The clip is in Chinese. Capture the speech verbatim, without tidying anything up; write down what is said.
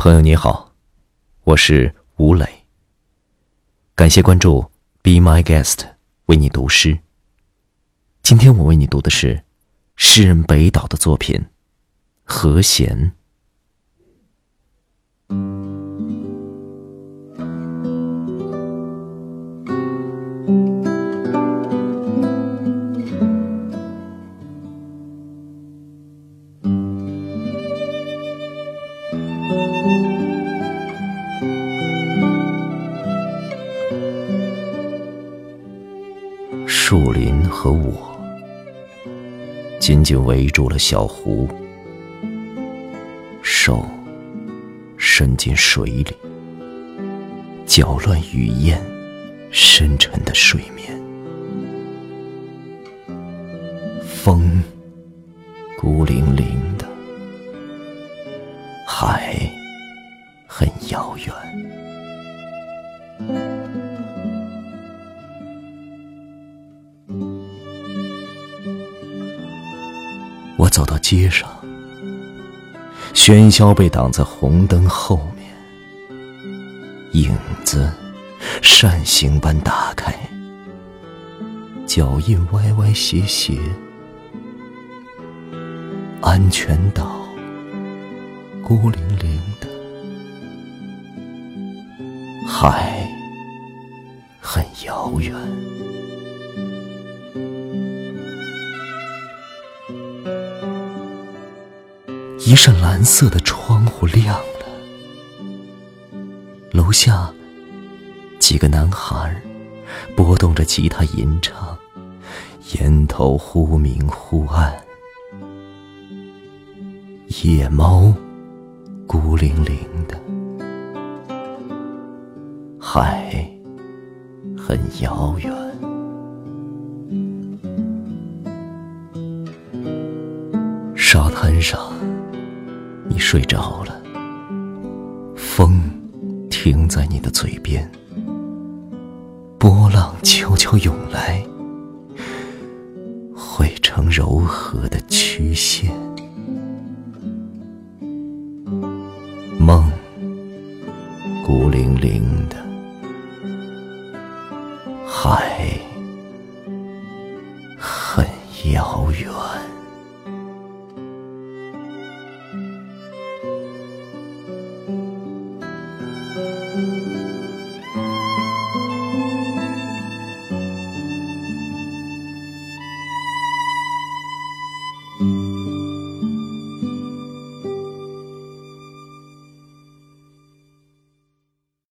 朋友你好，我是吴磊，感谢关注 Be My Guest 为你读诗。今天我为你读的是诗人北岛的作品《和弦》。树林和我紧紧围住了小湖，手伸进水里，搅乱雨燕深沉的水面。风孤零零的，海很遥远。我走到街上，喧嚣被挡在红灯后面，影子扇形般打开，脚印歪歪斜斜，安全岛孤零零的，海很遥远。一扇蓝色的窗户亮了，楼下几个男孩拨动着吉他吟唱，烟头忽明忽暗。野猫孤零零的，海很遥远。沙滩上你睡着了，风停在你的嘴边，波浪悄悄涌来，汇成柔和的曲线。梦孤零